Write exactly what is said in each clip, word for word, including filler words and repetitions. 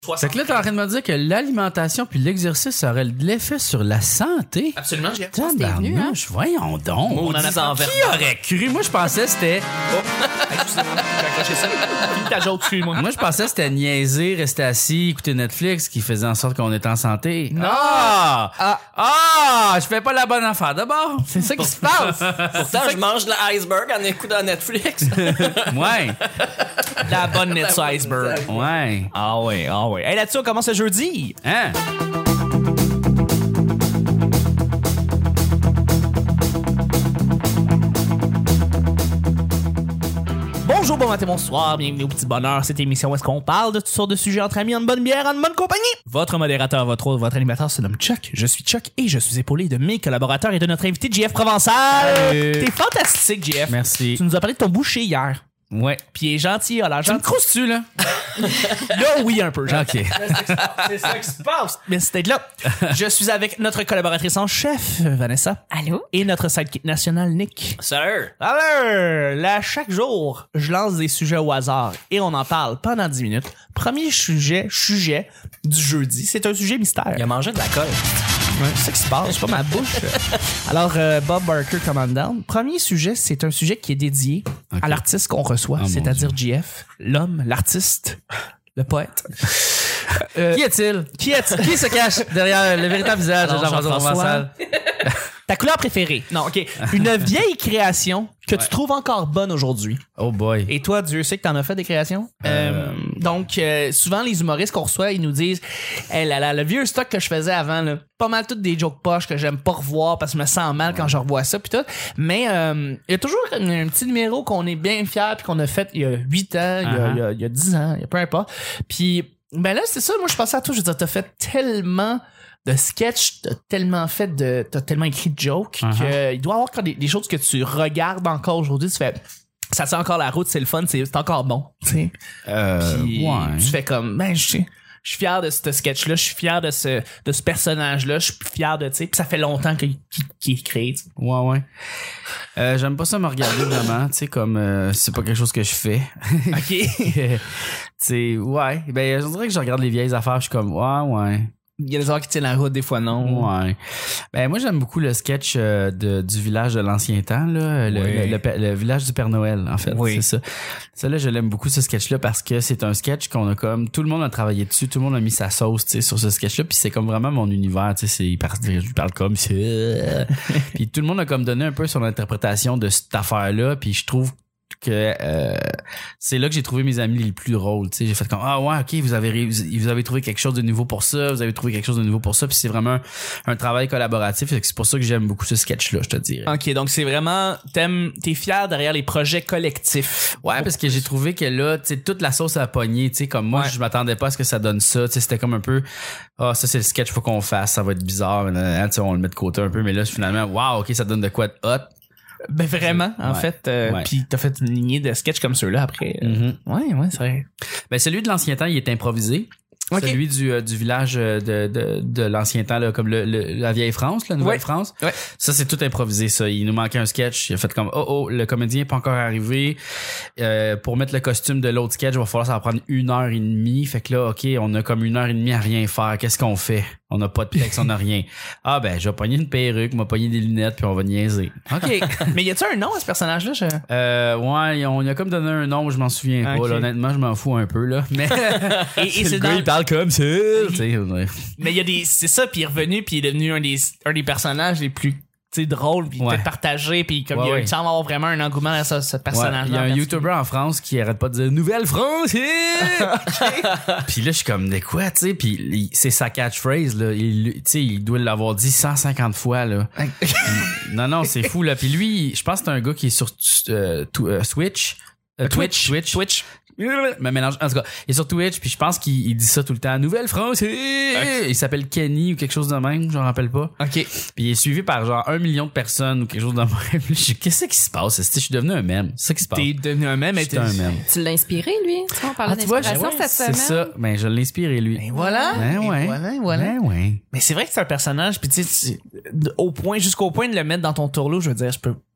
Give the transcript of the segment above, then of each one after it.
Fait que là, t'es en train de me dire que l'alimentation puis l'exercice ça aurait de l'effet sur la santé. Absolument, j'ai venu, hein? Voyons donc. On en a en Qui aurait cru? Moi, je pensais que c'était... Oh. Excusez-moi, j'ai accroché ça. Finis ta joke, suis-moi. Moi, je pensais que c'était niaiser, rester assis, écouter Netflix qui faisait en sorte qu'on était en santé. Non. Ah! Ah! Ah! Je fais pas la bonne affaire d'abord. C'est ça qui se passe. Pourtant, je mange de l'iceberg en écoutant Netflix. Ouais. La bonne net sur iceberg. Ouais. Ah ouais, ah ouais. Hey, là-dessus, on commence le jeudi. Hein? Bonjour, bon matin, bonsoir, bienvenue au Petit Bonheur, cette émission où est-ce qu'on parle de toutes sortes de sujets entre amis, en bonne bière, en bonne compagnie. Votre modérateur, votre autre, votre animateur se nomme Chuck, je suis Chuck et je suis épaulé de mes collaborateurs et de notre invité J F Provençal. Salut. T'es fantastique, J F. Merci. Tu nous as parlé de ton boucher hier. Ouais. Puis il est gentil, il a l'air Tu me gentil. crousses-tu, là? Là, oui, un peu, gentil. OK. C'est ça qui se passe. Merci d'être là. Je suis avec notre collaboratrice en chef, Vanessa. Allô? Et notre sidekick national, Nick. Salut! Alors, là, chaque jour, je lance des sujets au hasard et on en parle pendant dix minutes. Premier sujet, sujet du jeudi, c'est un sujet mystère. Il a mangé de la colle. Ouais, c'est ça qui se passe, c'est pas ma bouche. Alors, euh, Bob Barker command down. Premier sujet, c'est un sujet qui est dédié okay. à l'artiste qu'on reçoit, Oh, c'est-à-dire J F, l'homme, l'artiste, le poète. Euh, qui est-il? Qui est Qui se cache derrière le véritable visage Alors, de Jean-François Provençal? Ta couleur préférée? Non, OK. Une vieille création que Ouais. tu trouves encore bonne aujourd'hui. Oh boy. Et toi, Dieu sait que t'en as fait des créations. Euh... Euh, donc, euh, souvent, les humoristes qu'on reçoit, ils nous disent hey, là, là, le vieux stock que je faisais avant, là, pas mal toutes des jokes poches que j'aime pas revoir parce que je me sens mal quand je revois ça, puis tout. Mais euh, il y a toujours un, un petit numéro qu'on est bien fiers puis qu'on a fait il y a huit ans, il y a, Uh-huh. il y a, il y a dix ans, il y a peu importe. Puis, ben là, c'est ça. Moi, je pensais à toi. Je veux dire, t'as fait tellement de sketch, t'as tellement fait de, t'as tellement écrit de jokes Uh-huh. qu'il doit y avoir encore des, des choses que tu regardes encore aujourd'hui, tu fais, ça tient encore la route, c'est le fun, c'est, c'est encore bon, tu sais. Euh, Puis ouais. tu fais comme, ben, je suis, je suis fier de ce sketch-là, je suis fier de ce, de ce personnage-là, je suis fier de, tu sais, puis ça fait longtemps qu'il, qu'il, qu'il est créé, tu sais. Ouais, ouais. Euh, j'aime pas ça me regarder vraiment, tu sais, comme euh, c'est pas quelque chose que je fais. OK. Tu sais, ouais. Ben, je dirais que je regarde les vieilles affaires, je suis comme, ouais, ouais. Il y a des heures qui tiennent la route, des fois non. Ouais. Ben moi j'aime beaucoup le sketch euh, de du village de l'ancien temps là, le, Oui. le, le, le village du Père Noël en fait, Oui. c'est ça. Ça là je l'aime beaucoup ce sketch là parce que c'est un sketch qu'on a comme tout le monde a travaillé dessus, tout le monde a mis sa sauce, tu sais, sur ce sketch là, puis c'est comme vraiment mon univers, tu sais, c'est il parle, je parle comme c'est puis tout le monde a comme donné un peu son interprétation de cette affaire là, puis je trouve que euh, c'est là que j'ai trouvé mes amis les plus drôles, tu sais, j'ai fait comme ah ouais, OK, vous avez réussi, vous avez trouvé quelque chose de nouveau pour ça, vous avez trouvé quelque chose de nouveau pour ça, puis c'est vraiment un, un travail collaboratif, c'est pour ça que j'aime beaucoup ce sketch là, je te dirais. OK, donc c'est vraiment, t'aimes, t'es fier derrière les projets collectifs. Ouais, parce que j'ai trouvé que là, tu sais, toute la sauce à pogner, tu sais, comme moi, Ouais. je m'attendais pas à ce que ça donne ça, tu sais, c'était comme un peu ah, ça c'est le sketch faut qu'on fasse, ça va être bizarre, hein, tu sais, on le met de côté un peu, mais là finalement, wow, OK, ça donne de quoi de hot. Ben vraiment, en Ouais. fait. Euh, Ouais. Puis t'as fait une lignée de sketchs comme ceux-là après. Euh, Mhm. Ouais, ouais, c'est vrai. Ben celui de l'ancien temps, il est improvisé. Ok. Celui du, euh, du village euh, de, de, de l'ancien temps, là, comme le, le- la vieille France, la nouvelle Ouais. France. Ouais. Ça, c'est tout improvisé, ça. Il nous manquait un sketch. Il a fait comme, oh, oh, le comédien est pas encore arrivé. Euh, pour mettre le costume de l'autre sketch, il va falloir ça va prendre une heure et demie. Fait que là, OK, on a comme une heure et demie à rien faire. Qu'est-ce qu'on fait? On n'a pas de texte, on n'a rien. Ah, ben, je vais pogner une perruque, moi pogner des lunettes, puis on va niaiser. OK. Mais y a-tu un nom à ce personnage-là? Je... Euh, ouais, on y a comme donné un nom, je m'en souviens pas. Ok. Là. Honnêtement, je m'en fous un peu, là. Mais, Et, et le c'est gars, dans... il parle comme ça. Tu sais, ouais. Mais il y a des, c'est ça, puis il est revenu, puis il est devenu un des, un des personnages les plus, tu sais, drôles, puis Ouais. peut-être partagés, puis comme Ouais, il y a, ouais. il semble avoir vraiment un engouement à ce, ce Ouais, personnage-là. il y a en un particulier. YouTuber en France qui arrête pas de dire Nouvelle France. Puis là je suis comme de quoi, tu sais, puis il- c'est sa catchphrase là, il tu sais, il doit l'avoir dit cent cinquante fois là. non non, c'est fou là. Puis lui, je pense que c'est un gars qui est sur euh, tout- euh, Switch, Euh, Twitch, Twitch, Twitch. me mélange. En tout cas, il est sur Twitch, puis je pense qu'il il dit ça tout le temps. Nouvelle France. Il s'appelle Kenny ou quelque chose de même, je m'en rappelle pas. OK. Puis il est suivi par genre un million de personnes ou quelque chose de même. Puis je suis, qu'est-ce qui se passe? Je suis devenu un mème. C'est ça qui se passe. T'es devenu un mème, Je mais suis t'es... un mème. Tu l'as inspiré, lui? Tu vois, on parlait Ah, tu vois, d'inspiration je- cette c'est semaine. ça. Ben, je l'ai inspiré, lui. Ben voilà. Ben Et ouais. voilà, voilà. Ben ouais. Mais c'est vrai que c'est un personnage, puis tu sais, tu- au point, jusqu'au point de le mettre dans ton tourlot, je veux dire, je peux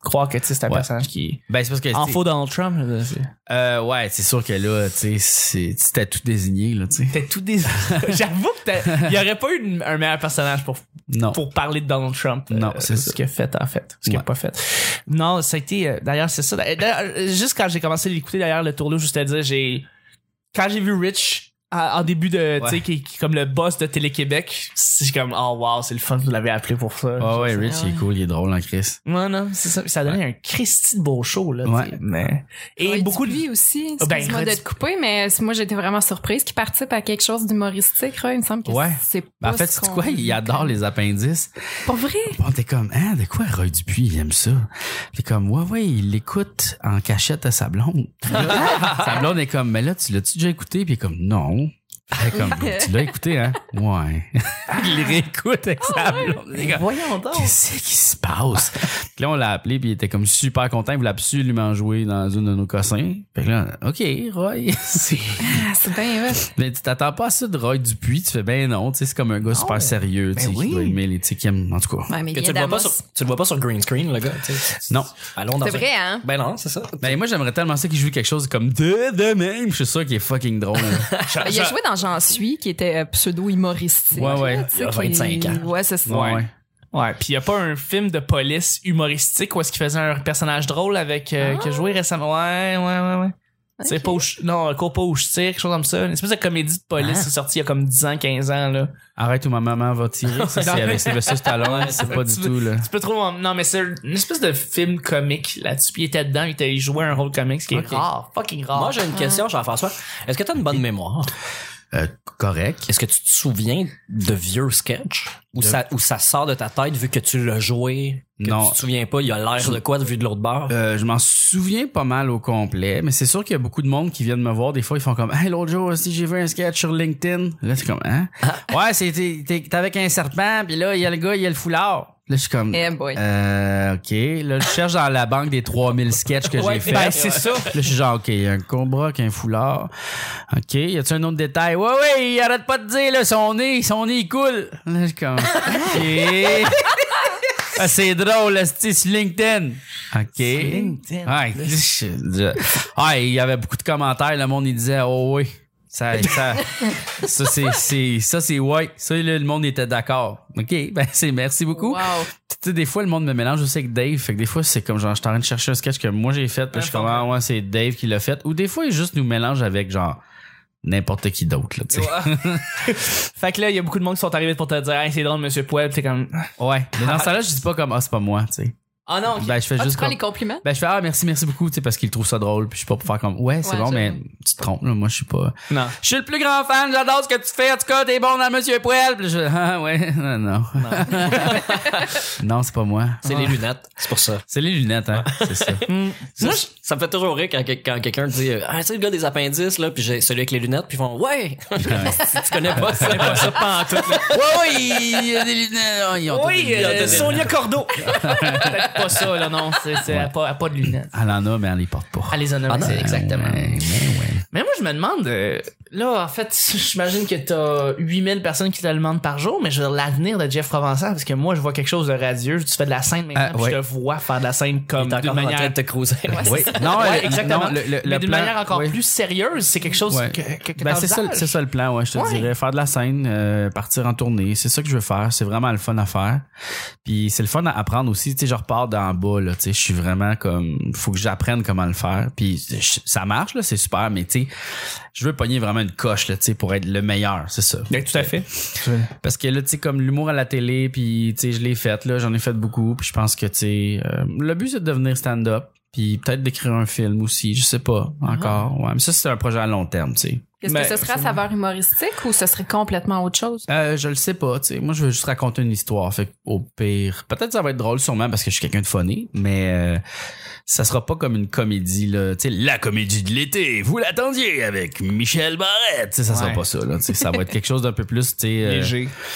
croire que tu sais, c'est un Ouais. personnage qui Ben, c'est parce que. est en t'sais, faux Donald Trump. Là, c'est... Euh, ouais, c'est sûr que là, tu sais, c'est- c'était tout désigné, là, tu sais. T'es tout des... J'avoue que t'as- il y aurait pas eu une- un meilleur personnage pour Non. pour parler de Donald Trump. Non, euh, c'est ce ça. qu'il a fait en fait, ce qu'il a Ouais. pas fait. Non, ça a été euh, d'ailleurs c'est ça. D'ailleurs, juste quand j'ai commencé à l'écouter d'ailleurs le tour là, juste à dire, j'ai quand j'ai vu Rich à- en début de tu sais Ouais. qui, qui comme le boss de Télé-Québec, c'est comme oh wow, c'est le fun que vous l'avez appelé pour ça. Ah ouais, Rich, il ouais. est cool, il est drôle, hein, Chris. Ouais, non, c'est ça, ça a donné un Christy de beau show là, Ouais. tu sais, mais et Ouais, beaucoup de lui aussi, Ben, excuse-moi redis- de te couper, mais moi j'étais vraiment surprise qu'il participe à quelque chose d'humoristique. Là. Il me semble que Ouais. c'est pas Ben, en fait, ce c'est qu'on- quoi? Il adore les appendices. Pas vrai? Bon, t'es comme, hein, de quoi Roy Dupuis, il aime ça? T'es comme, ouais, ouais, il l'écoute en cachette à sa blonde. Puis là, sa blonde est comme, mais là, tu l'as-tu déjà écouté? Puis il est comme, non. Elle est comme, tu l'as écouté, hein? Ouais. Il réécoute avec sa blonde. Il est comme, voyons donc. qu'est-ce qui se passe? Puis là, on l'a appelé, puis il était comme super content. Il voulait absolument jouer dans une de nos cossins. Fait que là, OK, Roy. C'est... Ah, c'est bien hot. Mais tu t'attends pas à ça de Roy Dupuis. Tu fais, ben non, tu sais, c'est comme un gars super sérieux, tu sais, Ben oui. qui doit aimer les, tu sais, qui aime, en tout cas. Ouais, mais Que il tu vient le vois pas d'Amos. sur, tu le vois pas sur green screen, le gars, tu sais. Non. Allons dans C'est un- vrai, hein? Ben non, c'est ça. Ben moi, j'aimerais tellement ça qu'il joue quelque chose comme de, de même. Je suis sûr qu'il est fucking drôle. Ben, il a joué dans J'en suis, qui était euh, pseudo-humoristique. Ouais, ouais. là, tu sais, Il y a qui- vingt-cinq ans. Ouais, c'est ça. Ouais, ouais. Ouais, puis il y a pas un film de police humoristique où est-ce qu'il faisait un personnage drôle avec euh, qui a joué récemment. Ouais, ouais, ouais, ouais. C'est Ok. pas où je, non, cours pas où je tire, quelque chose comme ça. Une espèce de comédie de police, Ah. c'est sorti il y a comme dix ans, quinze ans, là. Arrête où ma maman va tirer. Ça, c'est avec Sylvester Stallone. Ouais, c'est c'est pas un du petit tout, là. Tu peux trop, non, mais c'est une espèce de film comique là-dessus. Puis il était dedans, il, était, il jouait un rôle comique, ce qui est Ok. rare, fucking rare. Moi, j'ai une question, Jean-François. Est-ce que t'as une bonne mémoire? Euh, correct. Est-ce que tu te souviens de vieux sketchs? Ou, De- ça, ou ça sort de ta tête vu que tu l'as joué? Que Non. tu te souviens pas, il y a l'air de quoi vu de l'autre bord? Euh, je m'en souviens pas mal au complet, mais c'est sûr qu'il y a beaucoup de monde qui viennent me voir. Des fois, ils font comme, hey, l'autre jour aussi, j'ai vu un sketch sur LinkedIn. Là, c'est comme, hein? Ouais, c'est, t'es, t'es, t'es avec un serpent, puis là, il y a le gars, il y a le foulard. Là, je suis comme, Eh boy. euh, ok. Là, je cherche dans la banque des trois mille sketchs que Ouais, j'ai fait. ben, c'est ça. Là, je suis genre, ok, il y a un cobra qui a un foulard. Ok, y a-tu un autre détail? Ouais, ouais, il arrête pas de dire, là, son nez, son nez, il coule. Là, je suis comme, ok. Ah, c'est drôle, là, c'est sur LinkedIn. OK. LinkedIn. Ouais, je- je- ah, il y avait beaucoup de commentaires. Le monde, il disait, oh oui. Ça, ça, ça, c'est, c'est, ça, c'est ouais. Ça, là, le monde était d'accord. OK. Ben, c'est, merci beaucoup. Wow. Tu sais, des fois, le monde me mélange aussi avec Dave. Fait que des fois, c'est comme genre, je suis en train de chercher un sketch que moi j'ai fait. Puis je suis comme, ah, ouais, c'est Dave qui l'a fait. Ou des fois, il juste nous mélange avec genre, n'importe qui d'autre, là, tu sais. Fait que là, il y a beaucoup de monde qui sont arrivés pour te dire, hey, c'est drôle, monsieur Poel. T'es comme, Ouais. Mais dans ce temps-là, je dis pas comme, ah, c'est pas moi, tu sais. ah non, ok. Ben, je fais Ah, tu juste prends comme, les compliments? ben, je fais, ah, merci, merci beaucoup, tu sais, parce qu'il trouve ça drôle, puis je suis pas pour faire comme, ouais, c'est Ouais, bon, mais j'avoue. tu te trompes, là, moi, je suis pas, non. je suis le plus grand fan, j'adore ce que tu fais, en tout cas, t'es bon dans Monsieur Poel, puis je, ah, ouais, non, non. Non, c'est pas moi. C'est les lunettes, c'est pour ça. C'est les lunettes, hein, c'est ça. Ça, ça me fait toujours rire quand, quand quelqu'un dit euh, ah, tu sais, le gars des appendices, là, puis j'ai celui avec les lunettes, puis ils font ouais! Tu connais pas ça? C'est pas ça pas en tout, là. Ouais, ouais, il y a des lunettes, oh, ils ont tous Oui, des lunettes. euh, Sonia Cordeau. Peut-être pas ça, là, non. C'est, c'est, elle a pas, elle a pas de lunettes. Elle en a, mais elle les porte pas. Elle les en a, Ah non, c'est exactement. Ouais, mais ouais. Mais moi, je me demande, euh, là, en fait, j'imagine que t'as huit mille personnes qui te le demandent par jour, mais je veux dire, l'avenir de Jeff Provençal, parce que moi, je vois quelque chose de radieux. Tu fais de la scène maintenant, Ah, puis ouais. je te vois faire de la scène comme T'es d'une encore en train manière... de te cruiser. Oui, non, Ouais, le- exactement. non, le, le, mais le d'une plan- manière encore ouais. plus sérieuse, c'est quelque chose Ouais. que, que, que Ben, c'est ça, t'envisages. c'est ça le plan, ouais, je te Ouais. dirais. Faire de la scène, euh, partir en tournée, c'est ça que je veux faire. C'est vraiment le fun à faire. Puis c'est le fun à apprendre aussi. Tu sais, je repars d'en bas, là. Tu sais, je suis vraiment comme, faut que j'apprenne comment le faire. Puis je- ça marche, là, c'est super, mais tu sais, je veux pogner vraiment une coche, là, tu sais, pour être le meilleur, c'est ça. Ouais, tout à fait. Parce que là, tu sais, comme l'humour à la télé, puis tu sais, je l'ai fait, là, j'en ai fait beaucoup, puis je pense que, tu sais, euh, le but, c'est de devenir stand-up, puis peut-être d'écrire un film aussi, je sais pas, encore. Ouais, mais ça, c'est un projet à long terme, tu sais. Est-ce Ben, que ce serait à saveur humoristique ou ce serait complètement autre chose? Euh, je le sais pas, tu sais. Moi, je veux juste raconter une histoire. Fait au pire, peut-être ça va être drôle sûrement parce que je suis quelqu'un de funny, mais euh, ça sera pas comme une comédie, là. Tu sais, la comédie de l'été, vous l'attendiez avec Michel Barrette. Tu sais, ça sera Ouais. pas ça, là. Tu sais, ça va être quelque chose d'un peu plus, tu sais. euh, Léger.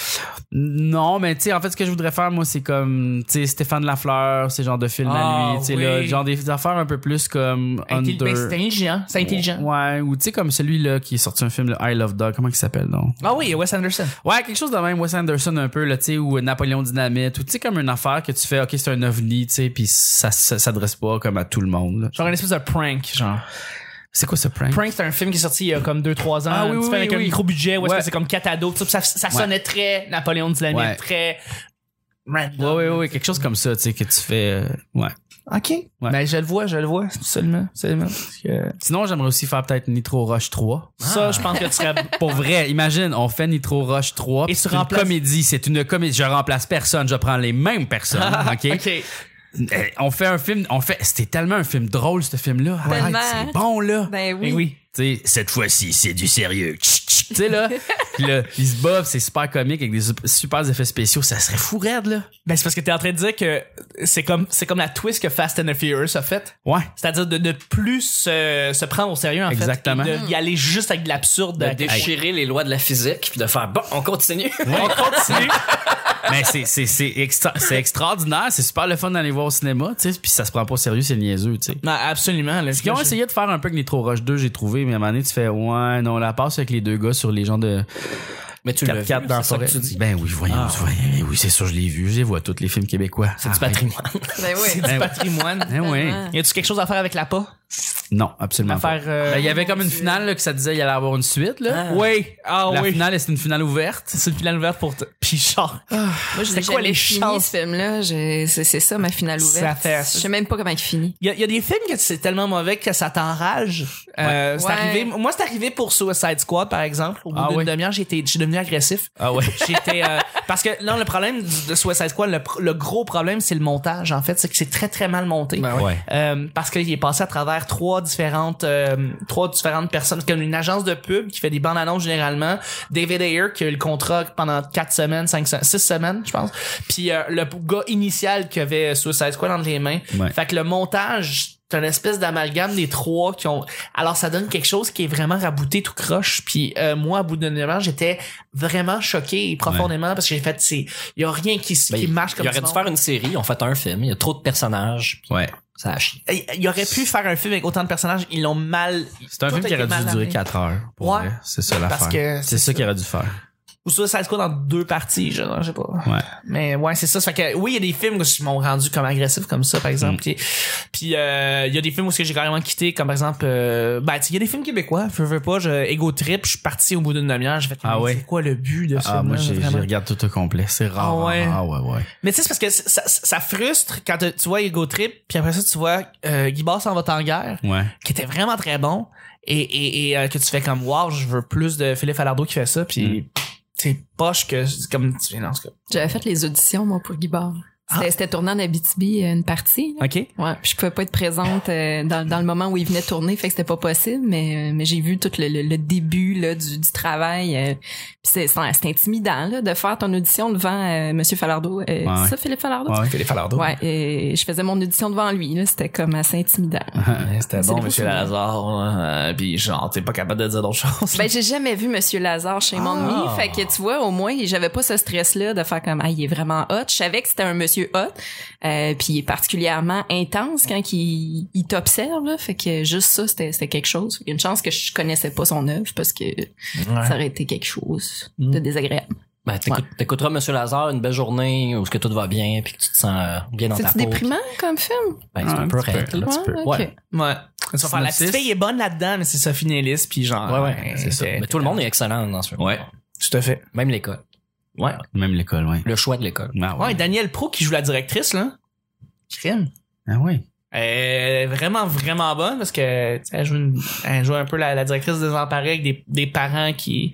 Non, mais tu sais, en fait, ce que je voudrais faire, moi, c'est comme, tu sais, Stéphane Lafleur, ces genres de films Ah, à lui, tu sais, oui. là, genre des affaires un peu plus comme Intelli- ben, Under... c'est intelligent. C'est intelligent. Ouais, ou tu sais, comme celui-là qui est sorti un film, le I Love Dog, comment il s'appelle, non? Ah oui, Wes Anderson. Ouais, quelque chose de même, Wes Anderson un peu, là, tu sais, ou Napoléon Dynamite, ou tu sais, comme une affaire que tu fais, ok, c'est un ovni, tu sais, puis ça, ça s'adresse pas comme à tout le monde, là. Genre une espèce de prank, genre. C'est quoi ce prank? Prank, c'est un film qui est sorti il y a comme deux trois ans. Ah oui, tu oui, fais avec oui, un oui. micro-budget où est-ce Ouais. que c'est comme quatre ados. tout Ça, ça, ça Ouais. sonnait très Napoléon Dynamite, Ouais. très random. Ouais, ouais, ouais, quelque chose comme ça, tu sais, que tu fais, euh, ouais. OK. Ben, je le vois, je le vois, seulement. seulement parce que... Sinon, j'aimerais aussi faire peut-être Nitro Rush trois. Ça, je pense que tu serais... Pour vrai, imagine, on fait Nitro Rush trois. Et puis tu c'est une remplaces- comédie. C'est une comédie. Je remplace personne. Je prends les mêmes personnes. OK? OK. Euh, On fait un film. On fait. C'était tellement un film drôle, ce film-là. Tellement. Arrête, c'est bon, là. Ben oui. Eh oui. Tu sais, cette fois-ci, c'est du sérieux. Tch, tch. Tu sais, là. Puis là, ils se boivent, c'est super comique avec des sup- super effets spéciaux. Ça serait fou raide, là. Ben, c'est parce que t'es en train de dire que c'est comme, c'est comme la twist que Fast and the Furious a fait. Ouais. C'est-à-dire de ne plus se, se prendre au sérieux, en Exactement. fait. Et d'y aller juste avec de l'absurde. De à- déchirer les lois de la physique puis de faire bon, on continue. On continue. Mais c'est, c'est, c'est, extra- c'est extraordinaire. C'est super le fun d'aller voir au cinéma, tu sais. Puis ça se prend pas au sérieux, c'est niaiseux, tu sais. Non, absolument. Là, Ce qu'ils ont essayé de faire un peu avec Nitro Rush deux, j'ai trouvé, mais à un moment donné, tu fais, ouais, non, la passe avec les deux gars sur les gens de Mais tu l'as vu, quatre quatre dans la c'est ça forêt. que tu dis. Ben oui, voyons, Ah. voyons, oui, c'est sûr, je l'ai vu, je les vois tous les films québécois. C'est du Arrête. patrimoine. Ben oui. C'est du patrimoine. Ben oui. Tellement. Y a-tu quelque chose à faire avec la pas? Non, absolument À pas. faire, euh, Ben, il y avait comme une finale là, que ça disait qu'il allait avoir une suite là. Oui. Ah La oui. finale, c'est une finale ouverte. C'est une finale ouverte pour... T- Puis genre... Moi, je C'est l'ai quoi jamais les fini, chances? ce film-là. J'ai- C'est c'est ça, ma finale Ça ouverte. fait- Je sais même pas comment il finit. Il y a, il y a des films que c'est tellement mauvais que ça t'enrage. Euh, c'est Ouais. arrivé, moi, c'est arrivé pour Suicide Squad, par exemple. Au bout Ah d'une oui. demi-heure, j'ai été, j'ai devenu agressif. Ah ouais. J'étais, euh, parce que, non, le problème du- de Suicide Squad, le, pr- le gros problème, c'est le montage, en fait. C'est que c'est très, très mal monté. Ben ouais. Ouais. Euh, parce qu'il est passé à travers trois différentes euh, trois différentes personnes, comme une agence de pub qui fait des bandes annonces généralement, David Ayer qui a eu le contrat pendant quatre semaines, cinq se- six semaines, je pense. Puis euh, le gars initial qui avait Suicide Squad entre les mains. Ouais. Fait que le montage, c'est une espèce d'amalgame des trois qui ont. Alors ça donne quelque chose qui est vraiment rabouté tout croche. Puis euh, moi, à bout d'un moment, j'étais vraiment choqué profondément parce que j'ai fait, c'est, il y a rien qui, Ben, qui marche comme il aurait ça. dû faire une série, on fait un film, il y a trop de personnages, puis Ouais. ça a chié. Il aurait pu faire un film avec autant de personnages, ils l'ont mal. C'est un tout film a qui été aurait dû mal durer amené. quatre heures. Pour Ouais. vrai. C'est ça l'affaire. Parce que c'est c'est ça ça. qu'il aurait dû faire. Ou ça, ça se quoi dans deux parties, je, je sais pas. Ouais. Mais ouais, c'est ça. Ça fait que oui, il y a des films qui m'ont rendu comme agressif comme ça, par exemple. Mm. Puis puis, euh, il y a des films où ce que j'ai carrément quitté, comme par exemple, euh, ben tu sais, il y a des films québécois. Je veux pas, je Ego Trip, je suis parti au bout d'une demi-heure, j'ai fait. Ah mais ouais. C'est quoi le but de ce Ah, moi, film-là, j'ai, vraiment? j'ai regardé tout au complet. C'est rare. Ah ouais. Ah ouais, ouais. Mais tu sais, c'est parce que ça, ça, ça frustre quand tu vois Ego Trip, puis après ça, tu vois euh, Guy Barre s'en va en guerre, Ouais. qui était vraiment très bon, et, et, et euh, que tu fais comme, wow, je veux plus de Philippe Falardeau qui fait ça, puis c'est poche que, comme tu viens dans ce cas. J'avais fait les auditions, moi, pour Guy Barre. C'était, Ah. c'était tourné en Abitibi, une partie. là. OK? Ouais, puis je pouvais pas être présente euh, dans, dans le moment où il venait tourner, fait que c'était pas possible, mais, euh, mais j'ai vu tout le, le, le début là, du, du travail. Euh, puis c'est, c'est, c'est intimidant là, de faire ton audition devant euh, Monsieur Falardeau. Euh, Ouais, c'est ouais. ça, Philippe Falardeau? Ouais. Philippe Falardeau. Ouais, et je faisais mon audition devant lui. Là, c'était comme assez intimidant. Ouais, c'était C'est bon, des Monsieur beaux Lazare. Euh, puis genre, t'es pas capable de dire d'autres choses. Ben j'ai jamais vu Monsieur Lazare chez mon ami, Ah. fait que tu vois au moins j'avais pas ce stress là de faire comme ah il est vraiment hot. Je savais que c'était un monsieur hot, euh, puis il est particulièrement intense quand il, il t'observe là, fait que juste ça c'était c'était quelque chose. Il y a une chance que je connaissais pas son œuvre parce que ça aurait été quelque chose de désagréable. Ben, t'écoutes, t'écouteras Monsieur Lazare une belle journée où ce que tout va bien puis que tu te sens euh, bien dans ta C'est peau. déprimant comme film. Ben, c'est Ouais, un peu un petit peu. raide, là. petit peu. ok. Ouais. Ouais. Tu vas faire, la Synopsis. petite fille est bonne là-dedans, mais c'est Sophie Nellis, puis genre. Ouais, ouais, c'est ça. t'es- Mais tout le monde est excellent dans ce film. Ouais. Tout à fait. Même l'école. Ouais. Même l'école, ouais. Le choix de l'école. Ah Ouais, Danielle Pro qui joue la directrice, là. Crime. Ah ouais. Elle est vraiment, vraiment bonne parce que, tu sais, elle joue, une- elle joue un peu la, la directrice désemparée avec des, des parents qui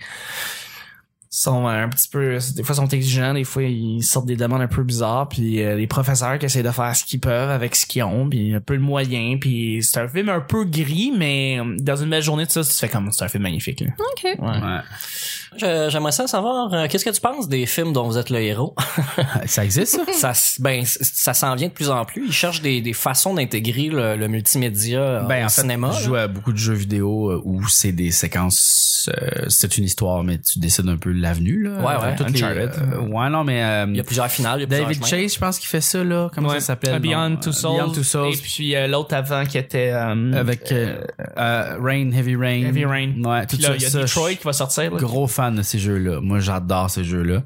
sont un petit peu, des fois sont exigeants, des fois ils sortent des demandes un peu bizarres, puis euh, les professeurs qui essaient de faire ce qu'ils peuvent avec ce qu'ils ont, puis un peu le moyen, puis c'est un film un peu gris, mais euh, dans une belle journée de ça, tu te fais comme, c'est un film magnifique, là. OK. Ouais. Ouais. Je- j'aimerais ça savoir, euh, qu'est-ce que tu penses des films dont vous êtes le héros? Ça existe, ça? ça, s- ben, c- ça s'en vient de plus en plus. Ils cherchent des, des façons d'intégrer le, le multimédia euh, Ben, au en fait, cinéma. je là. joue à beaucoup de jeux vidéo euh, où c'est des séquences, euh, c'est une histoire, mais tu décides un peu la l'avenue, là. Ouais, ouais, Toutes les, Uncharted. euh, ouais, non, mais... euh, Il y a plusieurs finales. Il y a David plusieurs chemins. Chase, je pense qu'il fait ça, là. Comment Ouais. ça s'appelle? Beyond non? Two Souls. Beyond Two Souls. Et puis euh, l'autre avant qui était euh, Avec euh, euh, Rain, Heavy Rain. Heavy Rain. Ouais, tout Puis là, ça. il y a ça, Detroit je qui va sortir. Là. suis gros fan de ces jeux-là. Moi, j'adore ces jeux-là.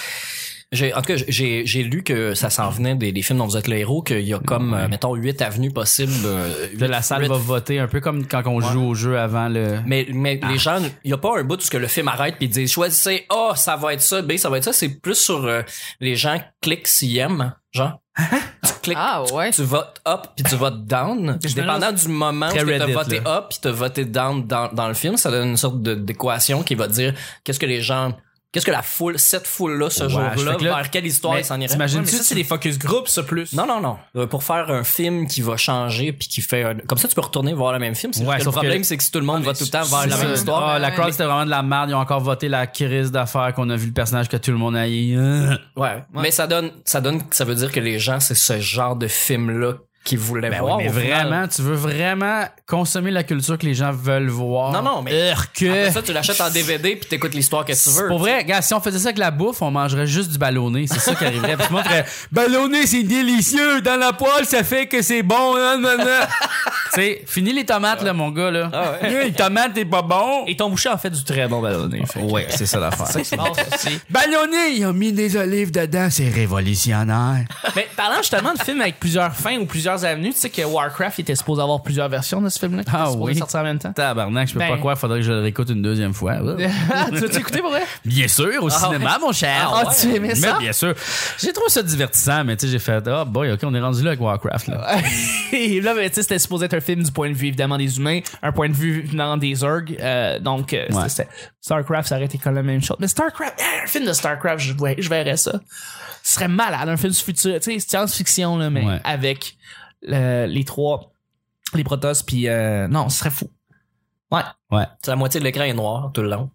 J'ai, en tout cas, j'ai, j'ai lu que ça s'en venait des, des films dont vous êtes le héros, qu'il y a comme, euh, mettons, huit avenues possibles. Euh, Là, la salle huit- va voter un peu comme quand on joue au jeu avant le... Mais, mais les gens, il y a pas un bout où ce que le film arrête puis ils disent choisissez A, ça va être ça, B, ça va être ça. C'est plus sur euh, les gens cliquent s'ils aiment, genre. Tu cliques, Ah, ouais. tu votes up puis tu votes down. Je Dépendant du moment où Très tu as Reddit, voté là. up puis tu as voté down dans, dans le film, ça donne une sorte de, d'équation qui va dire qu'est-ce que les gens, qu'est-ce que la foule, cette foule-là, ce Ouais, jour-là, fait que là, vers quelle histoire mais ils s'en iraient. t'imagines- Ouais, mais ça, c'est des focus groups, ça, plus. Non, non, non. Euh, Pour faire un film qui va changer puis qui fait un... Comme ça, tu peux retourner voir le même film. C'est Ouais, juste que le sauf que- problème, c'est que si tout le monde va tout le temps vers C'est la ça. même histoire... Ah, la Ouais. crowd, c'était vraiment de la merde. Ils ont encore voté la crise d'affaires qu'on a vu le personnage que tout le monde a eu. Ouais. Mais ça donne, ça donne, ça veut dire que les gens, c'est ce genre de film-là qu'ils voulaient Ben voir. oui, mais au final. vraiment, tu veux vraiment consommer la culture que les gens veulent voir. Non, non, mais Urk. après ça, tu l'achètes en D V D puis t'écoutes l'histoire que tu veux. Pour vrai, gars, si on faisait ça avec la bouffe, on mangerait juste du ballonné. C'est ça qui arriverait. Puis moi, je ferais, ballonné, c'est délicieux. Dans la poêle, ça fait que c'est bon. Nan, nan, nan. Tu sais, fini les tomates, là, mon gars, là. Ah ouais. Les tomates, t'es pas bon. Et ton boucher a fait du très bon ballonné. Fait que- Ouais, c'est ça l'affaire. C'est ça qui se passe aussi. Ballonné, ils ont mis des olives dedans, c'est révolutionnaire. Mais parlant justement de films avec plusieurs fins ou plusieurs avenues, tu sais que Warcraft était supposé avoir plusieurs versions de ce film-là. qui Ah était supposé oui. sortir en même temps. Tabarnak, je peux Ben. pas croire, faudrait que je le réécoute une deuxième fois. tu l'as-tu écouté pour vrai? Bien sûr, au cinéma, mon cher. Ah, tu aimais ça? Mais bien sûr. J'ai trouvé ça divertissant, mais tu sais, j'ai fait, ah, boy, ok, on est rendu là avec Warcraft, là. Et là, ben, tu sais, c'était supposé être un film du point de vue évidemment des humains, un point de vue venant des orgs. Euh, donc, euh, Ouais. c'était- Starcraft, ça aurait été quand même la même chose. Mais Starcraft, eh, un film de Starcraft, je, vois- je verrais ça. Ce serait malade, un film du futur, tu sais, science-fiction, là, mais Ouais. avec le- les trois, les Protoss, puis euh, non, ce serait fou. Ouais. Ouais. C'est la moitié de l'écran est noir tout le long.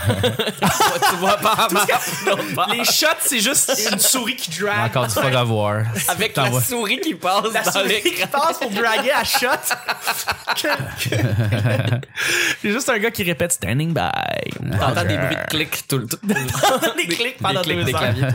tu vois pas Les shots, c'est juste une souris qui drag. Encore du fog à voir. avec T'en la vois. souris qui passe La dans souris qui l'écran. passe pour draguer à shot. C'est juste un gars qui répète standing by. T'entends des bruits de clics tout le tout le long. Des clics pendant des clics deux des heures. claviers.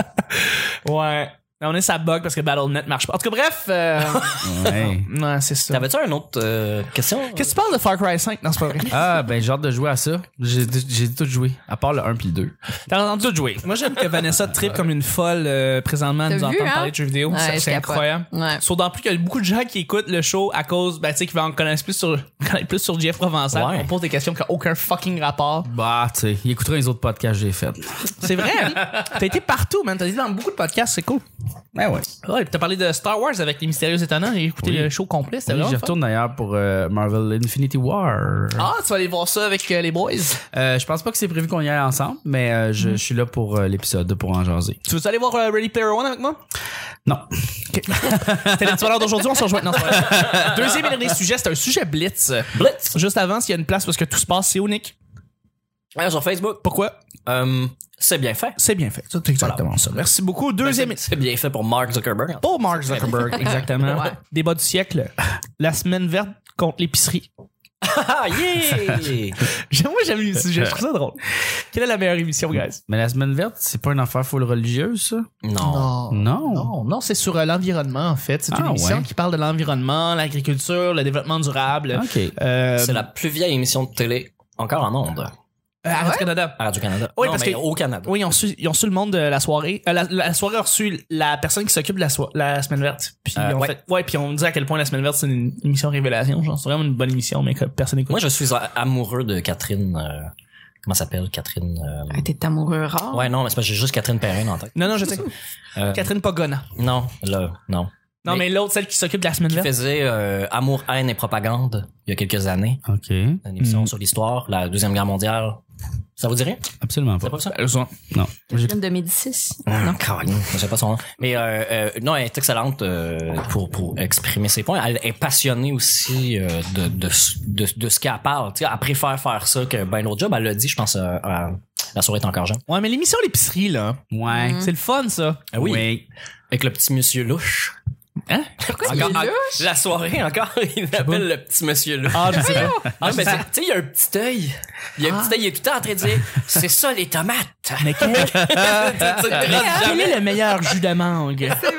Ouais. On est ça bug parce que Battle point net marche pas. En tout cas, bref. Euh... Ouais. ouais, c'est ça. T'avais-tu une autre euh, question? Qu'est-ce que tu parles de Far Cry cinq? Non, c'est pas vrai. Ah, ben, j'ai hâte de jouer à ça. J'ai, j'ai tout joué. À part le un puis le deux. T'as entendu tout jouer. Moi, j'aime que Vanessa tripe comme une folle euh, présentement à T'as nous vu, entendre hein? parler de jeux vidéo. Ouais, Ça, je c'est capote. incroyable. Ouais. D'autant plus qu'il y a beaucoup de gens qui écoutent le show à cause, ben, tu sais, qui en connaissent plus sur, connaissent plus sur Jeff Provençal. Ouais. On pose des questions qui n'ont aucun fucking rapport. Bah, tu sais, il écoutera les autres podcasts que j'ai faits. C'est vrai, hein? T'as été partout, man. T'as été dans beaucoup de podcasts, c'est cool. Ouais, ouais. Ouais, pis t'as parlé de Star Wars avec les Mystérieux Étonnants. J'ai écouté Oui. le show complet, c'était Oui, vraiment j'y fun. retourne d'ailleurs pour euh, Marvel Infinity War. Ah, tu vas aller voir ça avec euh, les boys. Euh, je pense pas que c'est prévu qu'on y aille ensemble, mais euh, je, je suis là pour euh, l'épisode, pour en jaser. Tu veux aller voir euh, Ready Player One avec moi? Non. C'était le petit bonheur d'aujourd'hui, on se rejoint. Non, c'est pas vrai. Deuxième et dernier sujet, c'est un sujet blitz. Blitz. Juste avant, s'il y a une place parce que tout se passe, c'est où, Nick? Ouais, sur Facebook. Pourquoi? Euh, c'est bien fait. C'est bien fait. C'est exactement ça. Merci beaucoup. Deuxième... C'est bien fait pour Mark Zuckerberg. Pour Mark Zuckerberg, exactement. Ouais. Débat du siècle. La semaine verte contre l'épicerie. Ah, yeah! Moi, j'aime le sujet. Je trouve ça drôle. Quelle est la meilleure émission, guys? Mais la semaine verte, c'est pas une affaire full religieuse, ça? Non. Non. Non, non, c'est sur euh, l'environnement, en fait. C'est une Ah, émission ouais. qui parle de l'environnement, l'agriculture, le développement durable. OK. Euh, C'est la plus vieille émission de télé encore en ondes. euh, à Radio-Canada. À Radio-Canada. Oui, Non, parce mais que- au Canada. Oui, ils ont, su, ils ont su le monde de la soirée. Euh, la, la soirée a reçu la personne qui s'occupe de la, so- la semaine verte. Puis Euh, ils ont ouais. fait, ouais, puis on dit à quel point la semaine verte c'est une émission révélation. Genre, c'est vraiment une bonne émission, mais que personne n'écoute. Moi, je suis a- amoureux de Catherine. euh, comment ça s'appelle, Catherine? euh, Ah, t'es amoureux rare. Ouais, non, mais c'est parce que j'ai juste Catherine Perrin en tête. Non, non, je sais. Euh, Catherine Pogona. Non, là, non. Non, mais, Mais- l'autre, celle qui s'occupe de la semaine Qui verte. faisait euh, Amour, haine et propagande il y a quelques années. OK. Une émission Mm. sur l'histoire, la Deuxième Guerre mondiale. Ça vous dit rien? Absolument C'est pas. pas ça? Euh, ça. Non. J'ai- Film de Médicis. Non, Caroline, je sais pas son nom. Mais euh, euh, non, elle est excellente euh, pour pour exprimer ses points. Elle est passionnée aussi euh, de, de de de ce qu'elle parle. Tu sais, elle préfère faire ça que ben l'autre job. Elle l'a dit, je pense. Euh, à La soirée est encore jeune. Ouais, mais l'émission L'épicerie, là, Ouais. c'est le fun, ça. Ah oui. Avec le petit monsieur louche. Hein? Pourquoi Encore- il est là? La soirée encore, il appelle le petit monsieur là. Ah, je sais pas. Ah, mais tu sais, il y a un petit œil. Il y a un petit œil, il est tout le temps en train de dire c'est ça les tomates. Mais quel, Tu te rends quel jamais. est le meilleur jus de mangue? C'est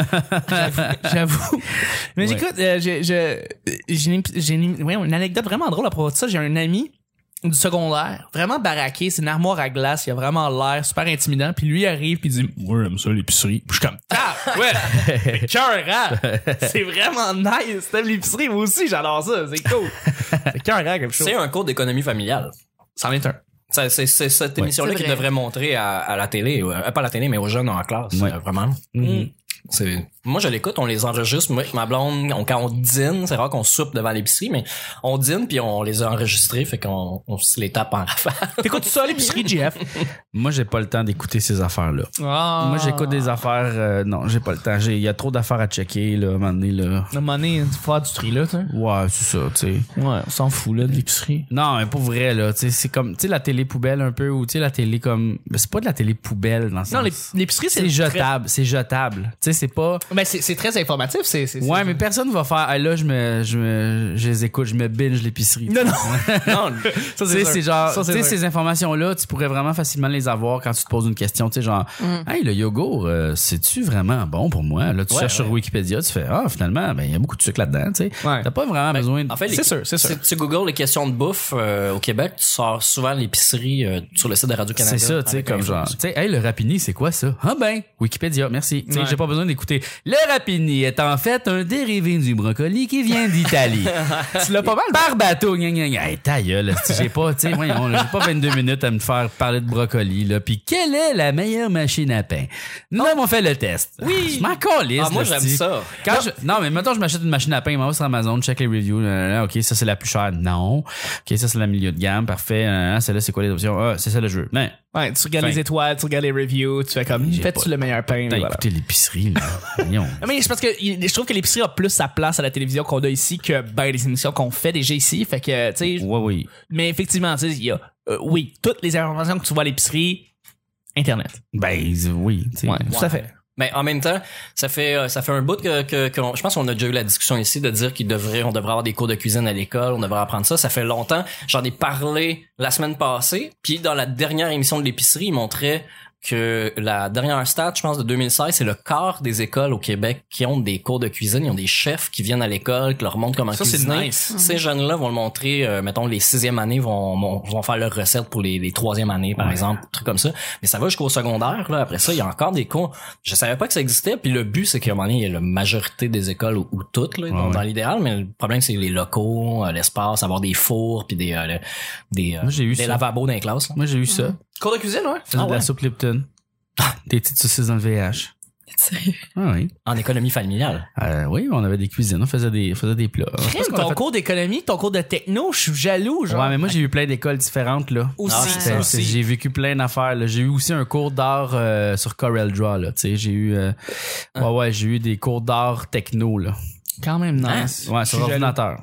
vrai. J'avoue. Mais Ouais. j'écoute, euh, j'ai, j'ai, j'ai, une, j'ai une, ouais, une anecdote vraiment drôle à propos de ça. J'ai un ami du secondaire, vraiment baraqué, c'est une armoire à glace, il a vraiment l'air super intimidant, puis lui il arrive puis il dit moi j'aime ça l'épicerie. Puis je suis comme ah ouais, cœur c'est vraiment nice, t'aimes l'épicerie, moi aussi j'adore ça, c'est cool. C'est cœur comme chose. C'est un cours d'économie familiale. C'en est un. Ça, C'est, c'est cette Ouais. émission-là C'est qu'ils vrai. devraient montrer à, à la télé, euh, pas à la télé, mais aux jeunes en classe, Ouais. euh, vraiment. Mhm. C'est, moi, je l'écoute, on les enregistre. Moi, ma blonde, on, quand on dîne, c'est rare qu'on soupe devant l'épicerie, mais on dîne puis on les a enregistrés, fait qu'on on se les tape en rafale. T'écoutes ça l'épicerie, J F? Moi, j'ai pas le temps d'écouter ces affaires-là. Ah. Moi, j'écoute des affaires... euh, non, j'ai pas le temps. J'ai- Il y a trop d'affaires à checker, là, à un moment donné, là. À un moment donné, tu faut faire du tri là, tu sais. Ouais, c'est ça, tu sais. Ouais, on s'en fout là de l'épicerie. Non, mais pour vrai, là, tu sais, c'est comme, tu sais, la télé poubelle un peu, ou tu sais, la télé comme... Mais c'est pas de la télé poubelle, dans le Non, sens... l'ép- l'épicerie c'est C'est très- jetable, c'est jetable. Tu sais, c'est pas... Ben c'est c'est très informatif, c'est c'est Ouais, c'est- mais personne va faire, ah, là, je me, je me, je les écoute, je me binge l'épicerie. Non non. Non, Ça, Tu sais, c'est genre, Ça, c'est tu sais, sûr. ces informations-là, tu pourrais vraiment facilement les avoir quand tu te poses une question, tu sais, genre, hey, le yogourt, euh, c'est-tu vraiment bon pour moi? Là, tu Ouais, cherches sur ouais. Wikipédia, tu fais, ah, finalement, ben, il y a beaucoup de sucre là-dedans, tu sais. Ouais. T'as pas vraiment besoin de... en fait, les- C'est sûr, c'est sûr. Si tu googles les questions de bouffe euh, au Québec, tu sors souvent l'épicerie euh, sur le site de Radio-Canada. C'est ça, tu sais, avec comme info. genre, tu sais, hey, le rapini, c'est quoi ça? Ah ben, Wikipédia, merci. Tu sais, Ouais. j'ai pas besoin d'écouter. Le rapini est en fait un dérivé du brocoli qui vient d'Italie. Tu l'as pas mal. Par bateau, gna gna gna. Hey, ta gueule, si j'ai pas, tu sais, voyons, là, j'ai pas vingt-deux minutes à me faire parler de brocoli, là. Puis quelle est la meilleure machine à pain? Nous avons fait le test. Oui. Je m'en calisse, Ah, moi, là, j'aime c'ti. ça. Quand je, non, mais maintenant, je m'achète une machine à pain, je m'en vais sur Amazon, check les reviews, là, là, là, ok, ça, c'est la plus chère. Non. Ok, ça, c'est la milieu de gamme, parfait. Hein, celle-là, c'est quoi les options? Ah, c'est ça le jeu. Mais, Ouais, tu regardes Fin. les étoiles, tu regardes les reviews, tu fais comme J'ai fais-tu pas- le meilleur pain, putain, voilà. écoutez l'épicerie, là. Voyons. Ah, Mais c'est parce que il- je trouve que l'épicerie a plus sa place à la télévision qu'on a ici que ben les émissions qu'on fait déjà ici, fait que tu sais. Ouais, oui. Mais effectivement, tu sais, il y a euh, oui, toutes les informations que tu vois à l'épicerie, internet. Ben, oui, tu sais. Ouais, tout à fait. Mais en même temps, ça fait euh, ça fait un bout que, que, que on- je pense qu'on a déjà eu la discussion ici de dire qu'il devrait on devrait avoir des cours de cuisine à l'école, on devrait apprendre ça. Ça fait longtemps. J'en ai parlé la semaine passée. Puis dans la dernière émission de l'épicerie, il montrait que la dernière stat, je pense, de deux mille seize, c'est le quart des écoles au Québec qui ont des cours de cuisine. Ils ont des chefs qui viennent à l'école, qui leur montrent comment Ça, c'est cuisiner. nice. Ces jeunes-là vont le montrer, euh, mettons, les sixième années vont, vont, vont faire leurs recettes pour les, les troisième années, par exemple, trucs comme ça. Mais ça va jusqu'au secondaire, là. Après ça, il y a encore des cours. Je savais pas que ça existait. Puis le but, c'est qu'à un moment donné, il y a la majorité des écoles ou, ou toutes, là, dans, ouais. dans l'idéal. Mais le problème, c'est les locaux, euh, l'espace, avoir des fours, puis des, euh, le- des, euh, Moi, j'ai eu des ça. lavabos dans les classes, là. Moi, j'ai eu ça. Cours de cuisine, ouais. C'est de Ah la ouais? soupe Lipton. Des petites saucisses dans le V H. Sérieux? Ah oui. En économie familiale. Euh, oui, on avait des cuisines, on faisait des, on faisait des plats. Je pense qu'on a Ton fait- cours d'économie, ton cours de techno, je suis jaloux, genre. Ouais, mais moi, j'ai eu plein d'écoles différentes, là. Aussi, Ah, C'était- ça c'est- aussi. J'ai vécu plein d'affaires, là. J'ai eu aussi un cours d'art euh, sur Corel Draw, là. Tu sais, j'ai eu... euh, Ouais, ouais, j'ai eu des cours d'art techno, là. Quand même nice. Ouais, Je sur suis jaloux. ordinateur.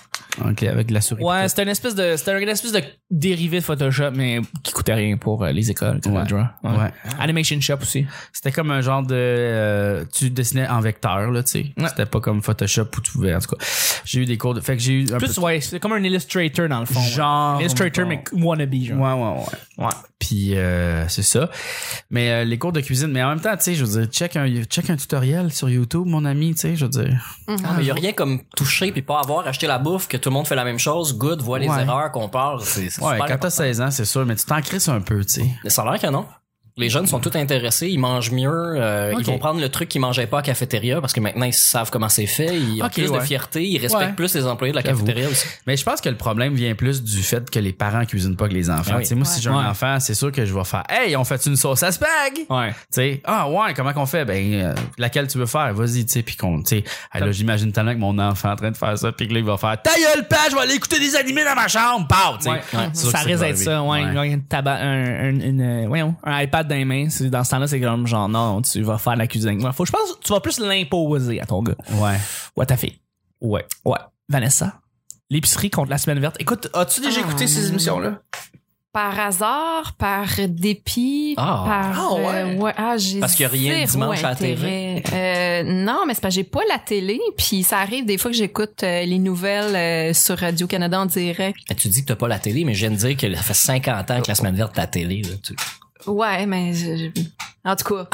OK, avec de la souris. Ouais, pis c'était une espèce de c'était une espèce de dérivé de Photoshop mais qui coûtait rien pour euh, les écoles, comme Ouais. le draw. tout. Ouais. Animation Shop aussi. C'était comme un genre de... euh, tu dessinais en vecteur, là, tu sais. Ouais. C'était pas comme Photoshop où tu pouvais... En tout cas, j'ai eu des cours de... Fait que j'ai eu un Plus peu... ouais, c'est comme un illustrator dans le fond. ouais. Genre... Illustrator mais wannabe genre. Ouais, ouais, ouais. Ouais. Puis euh, c'est ça. Mais euh, les cours de cuisine, mais en même temps, tu sais, je veux dire, check un, check un tutoriel sur YouTube, mon ami, tu sais, je veux dire. Ah, mais il y a rien comme toucher puis pas avoir acheté la bouffe, que tout le monde fait la même chose, good, voit les Ouais. erreurs qu'on parle. C'est, c'est Ouais, super quand important. t'as seize ans, c'est sûr, mais tu t'en crisses un peu, tu sais. Mais ça a l'air que non. Les jeunes sont tous intéressés, ils mangent mieux, euh, Ok. ils vont prendre le truc qu'ils mangeaient pas à la cafétéria parce que maintenant ils savent comment c'est fait, ils ont Ok, plus ouais. de fierté, ils respectent Ouais. plus les employés de la J'avoue. cafétéria aussi. Mais je pense que le problème vient plus du fait que les parents cuisinent pas que les enfants. Ah oui. Tu sais, moi, si j'ai Ouais. un enfant, c'est sûr que je vais faire, hey, on fait une sauce à spag? Ouais. Tu sais, ah ouais, comment qu'on fait? Ben, euh, laquelle tu veux faire? Vas-y, tu sais, puis qu'on, tu sais, hey, là, j'imagine tellement que mon enfant est en train de faire ça, puis que là, il va faire, ta gueule, pas, je vais aller écouter des animés dans ma chambre, pow, tu sais. Ouais. C'est sûr Ça que risque va d'être arriver. ça, ouais. Ouais. Genre, il y a une tabac, un, un, une, euh, voyons, un iPad dans les mains. C'est- Dans ce temps-là, c'est comme genre, non, tu vas faire la cuisine. Ouais, faut, je pense que tu vas plus l'imposer à ton gars. Ouais. Ou à ta fille. Ouais. Ouais. Vanessa. L'épicerie contre la semaine verte. Écoute, as-tu déjà Ah, écouté ces non. émissions-là? Par hasard, par dépit, Ah. par Ah, ouais. euh, ouais, ah, j'ai Parce qu'il y a rien le zéro dimanche à la T V. intérêt. Euh, non, mais c'est parce que j'ai pas la télé, puis ça arrive des fois que j'écoute euh, les nouvelles euh, sur Radio-Canada en direct. Mais tu dis que t'as pas la télé, mais je viens de dire que ça fait cinquante ans que la semaine verte t'as la télé. Là, tu... Ouais, mais je- je- en tout cas,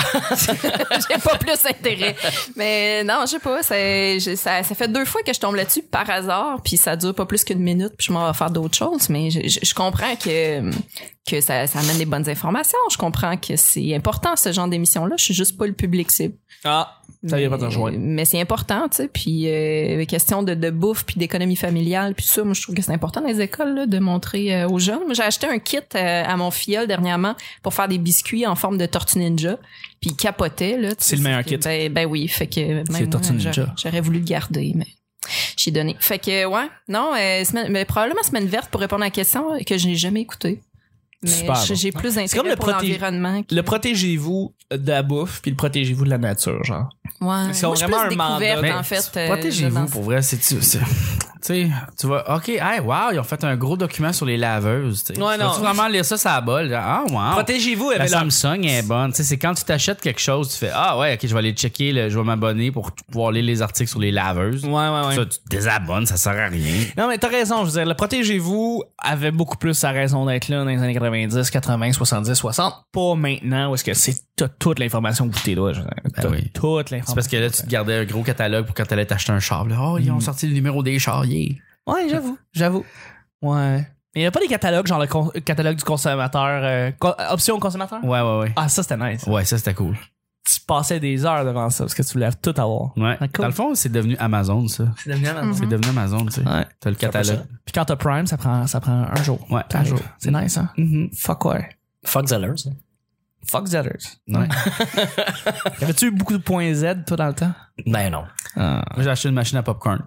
j'ai pas plus intérêt. Mais non, je sais pas, c'est, je- ça, ça fait deux fois que je tombe là-dessus par hasard, puis ça dure pas plus qu'une minute, puis je m'en vais faire d'autres choses. Mais je, je, je comprends que que ça, ça amène des bonnes informations. Je comprends que c'est important ce genre d'émission-là. Je suis juste pas le public cible. Ah, ça vient pas te rejoindre. Mais c'est important, tu sais. Puis euh, question de, de bouffe puis d'économie familiale, puis ça, moi je trouve que c'est important dans les écoles là, de montrer euh, aux jeunes. Moi j'ai acheté un kit euh, à mon filleul dernièrement pour faire des biscuits en forme de Tortue Ninja, puis il capotait là. tu C'est sais, le meilleur que- kit. Ben, ben oui, fait que même C'est Tortue moi, Ninja. j'aurais- J'aurais voulu le garder, mais j'ai donné. Fait que ouais, non, euh, semaine, mais probablement semaine verte pour répondre à la question euh, que je n'ai jamais écoutée. Mais Super j'ai- bon. j'ai plus comme d'intérêt le pour proté- l'environnement. que- Le protégez-vous de la bouffe puis le protégez-vous de la nature, genre. Ouais. Ils sont Moi, je suis vraiment plus un mandat. découverte, Mais en fait. euh, protégez-vous, dans- pour vrai. C'est, tu c'est- tu sais, tu vois, OK, hey, wow, ils ont fait un gros document sur les laveuses. tu sais. Ouais, Tu non. vas-tu vraiment lire ça, ça à bol? Genre, ah, wow. Protégez-vous La avec leur... Samsung est bonne. Tu sais, c'est quand tu t'achètes quelque chose, tu fais, ah ouais, OK, je vais aller checker, le- je vais m'abonner pour pouvoir lire les articles sur les laveuses. Ouais, ouais, ouais. Ça, tu te désabonnes, ça sert à rien. Non, mais t'as raison, je veux dire, le protégez-vous avait beaucoup plus sa raison d'être là dans les années quatre-vingt-dix, quatre-vingts, soixante-dix, soixante. Pas maintenant, où est-ce que c'est t'as toute l'information que t'es là. Je veux dire, t'as oui. toute l'information. C'est parce que là, tu te gardais un gros catalogue pour quand t'allais t'acheter un char. Là. Oh, ils ont sorti le numéro des chars, yeah. Ouais, j'avoue, j'avoue. Ouais. Mais il y a pas des catalogues, genre le con- catalogue du consommateur, euh, co- option consommateur? Ouais, ouais, ouais. Ah, ça, c'était nice. Ouais, ça, c'était cool. Tu passais des heures devant ça parce que tu voulais tout avoir. Ouais. Ah, cool. Dans le fond, c'est devenu Amazon, ça. C'est devenu un C'est devenu Amazon, tu sais. Ouais. T'as le catalogue. Puis quand t'as Prime, ça prend, ça prend un jour. Ouais, un jour. C'est nice, hein? Mhm. Fuck ouais. Fuck Zellers. Fuck Zellers. Ouais. Avais-tu eu beaucoup de points Z, toi, dans le temps? Ben non. Ah. Moi, j'ai acheté une machine à popcorn.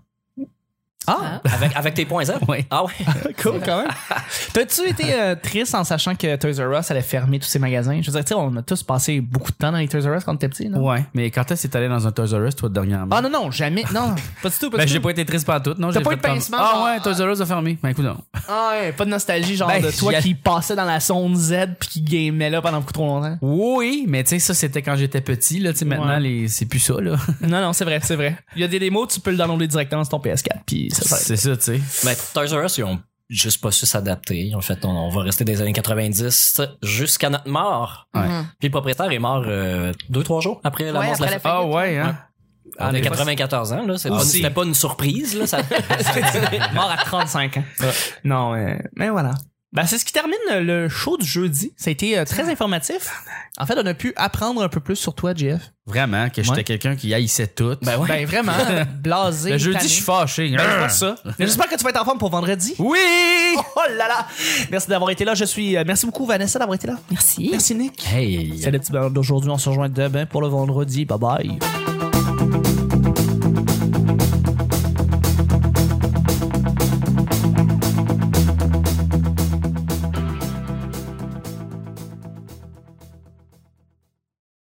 Ah! Avec, avec tes points Z? Ouais. Ah ouais. Cool, quand même. T'as-tu été euh, triste en sachant que Toys R Us allait fermer tous ses magasins? Je veux dire, tu sais, on a tous passé beaucoup de temps dans les Toys R Us quand on était petits, non? Ouais. Mais quand est-ce que t'es allé dans un Toys R Us, toi, dernièrement? Ah non, non, jamais. Non, pas du tout, pas Ben, du j'ai tout. pas été triste par tout, non. T'as j'ai pas fait eu de comme- pincement, Ah genre- ouais, Toys R Us a fermé. Ben, écoute, non. Ah ouais, pas de nostalgie, genre Ben, de toi y a- qui passait dans la zone Z puis qui gamait là pendant beaucoup trop longtemps. Oui, mais tu sais, ça, c'était quand j'étais petit, là. Tu sais, maintenant, Ouais. les... c'est plus ça, là. Non, non, c'est vrai, c'est vrai. Il y a des démos, tu peux le downloader directement sur ton P S quatre puis ça s'arrête. C'est ça, tu sais. Ben, Toys R Us, ils ont juste pas su s'adapter. En fait, on, on va rester des années quatre-vingt-dix jusqu'à notre mort. Ouais. Puis le propriétaire est mort euh, deux, trois jours après la Ouais, mort de après la la fête. Ah ouais, hein. On a quatre-vingt-quatorze ans, là. C'est pas, Aussi. c'était pas une surprise, là. Ça... Mort à trente-cinq ans. Non, mais, mais voilà. Ben, c'est ce qui termine le show du jeudi. Ça a été euh, très informatif. En fait, on a pu apprendre un peu plus sur toi, J F. Vraiment, que j'étais Ouais. quelqu'un qui haïssait tout. Ben ouais. Ben, vraiment, blasé. Le jeudi, tanné. je suis fâché. Ben, je vois ça. Mais j'espère que tu vas être en forme pour vendredi. Oui! Oh là là! Merci d'avoir été là. Je suis. euh, merci beaucoup, Vanessa, d'avoir été là. Merci. Merci, Nick. Hey. C'est le petit bonheur d'aujourd'hui. On se rejoint demain pour le vendredi. Bye bye.